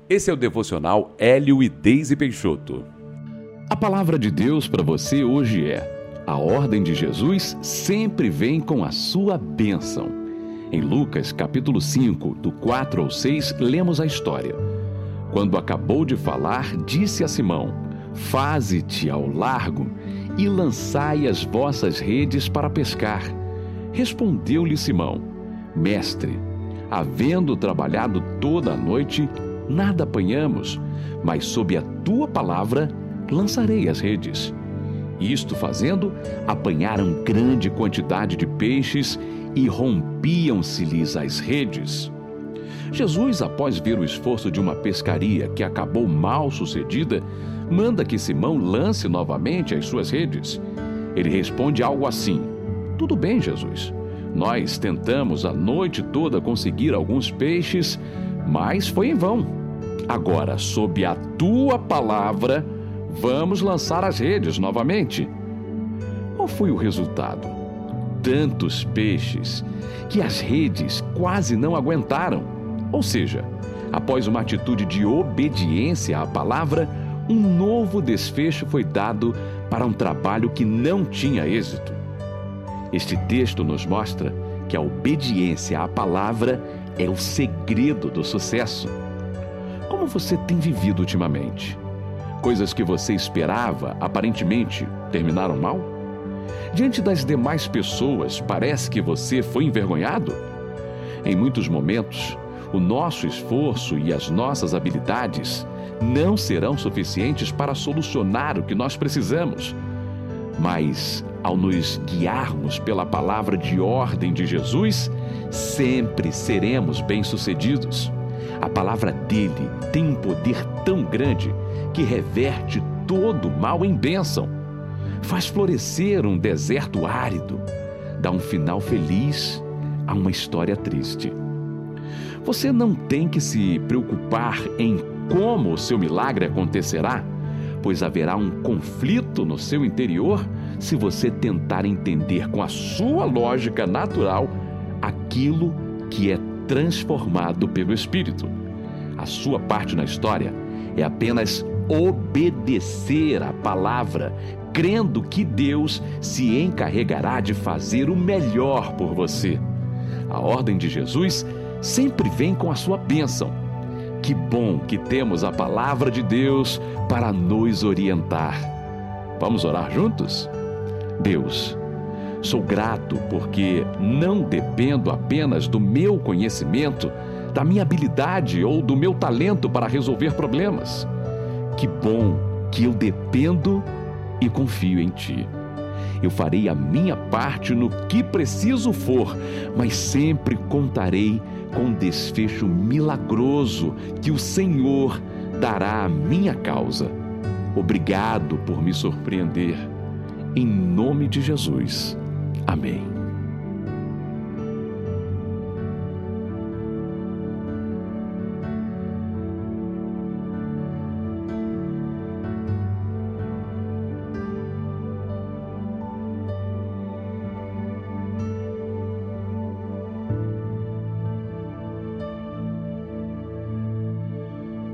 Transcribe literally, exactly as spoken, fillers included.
Esse é o Devocional Hélio e Deise Peixoto. A palavra de Deus para você hoje é: a ordem de Jesus sempre vem com a sua bênção. Em Lucas, capítulo cinco, do quatro ao seis, lemos a história. Quando acabou de falar, disse a Simão: Faze-te ao largo e lançai as vossas redes para pescar. Respondeu-lhe Simão: Mestre, havendo trabalhado toda a noite, nada apanhamos, mas sob a tua palavra lançarei as redes. Isto fazendo, apanharam grande quantidade de peixes e rompiam-se-lhes as redes. Jesus, após ver o esforço de uma pescaria que acabou mal sucedida, manda que Simão lance novamente as suas redes. Ele responde algo assim: Tudo bem, Jesus. Nós tentamos a noite toda conseguir alguns peixes, mas foi em vão. Agora, sob a tua palavra, vamos lançar as redes novamente. Qual foi o resultado? Tantos peixes que as redes quase não aguentaram. Ou seja, após uma atitude de obediência à palavra, um novo desfecho foi dado para um trabalho que não tinha êxito. Este texto nos mostra que a obediência à palavra é o segredo do sucesso. Como você tem vivido ultimamente? Coisas que você esperava, aparentemente, terminaram mal? Diante das demais pessoas, parece que você foi envergonhado? Em muitos momentos, o nosso esforço e as nossas habilidades não serão suficientes para solucionar o que nós precisamos. Mas, ao nos guiarmos pela palavra de ordem de Jesus, sempre seremos bem-sucedidos. A palavra dele tem um poder tão grande que reverte todo o mal em bênção. Faz florescer um deserto árido, dá um final feliz a uma história triste. Você não tem que se preocupar em como o seu milagre acontecerá, pois haverá um conflito no seu interior se você tentar entender com a sua lógica natural aquilo que é transformado pelo Espírito. A sua parte na história é apenas obedecer à palavra, crendo que Deus se encarregará de fazer o melhor por você. A ordem de Jesus sempre vem com a sua bênção. Que bom que temos a palavra de Deus para nos orientar. Vamos orar juntos? Deus, sou grato porque não dependo apenas do meu conhecimento, da minha habilidade ou do meu talento para resolver problemas. Que bom que eu dependo e confio em Ti. Eu farei a minha parte no que preciso for, mas sempre contarei com um desfecho milagroso que o Senhor dará à minha causa. Obrigado por me surpreender. Em nome de Jesus. Amém.